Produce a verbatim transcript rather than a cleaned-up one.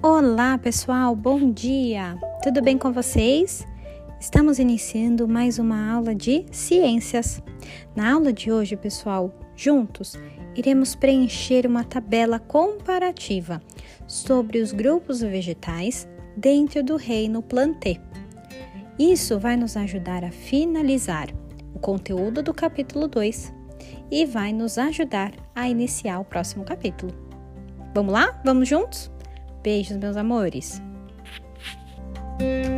Olá pessoal, bom dia! Tudo bem com vocês? Estamos iniciando mais uma aula de ciências. Na aula de hoje, pessoal, juntos iremos preencher uma tabela comparativa sobre os grupos vegetais dentro do reino Plantae. Isso vai nos ajudar a finalizar o conteúdo do capítulo dois e vai nos ajudar a iniciar o próximo capítulo. Vamos lá? Vamos juntos? Beijos, meus amores!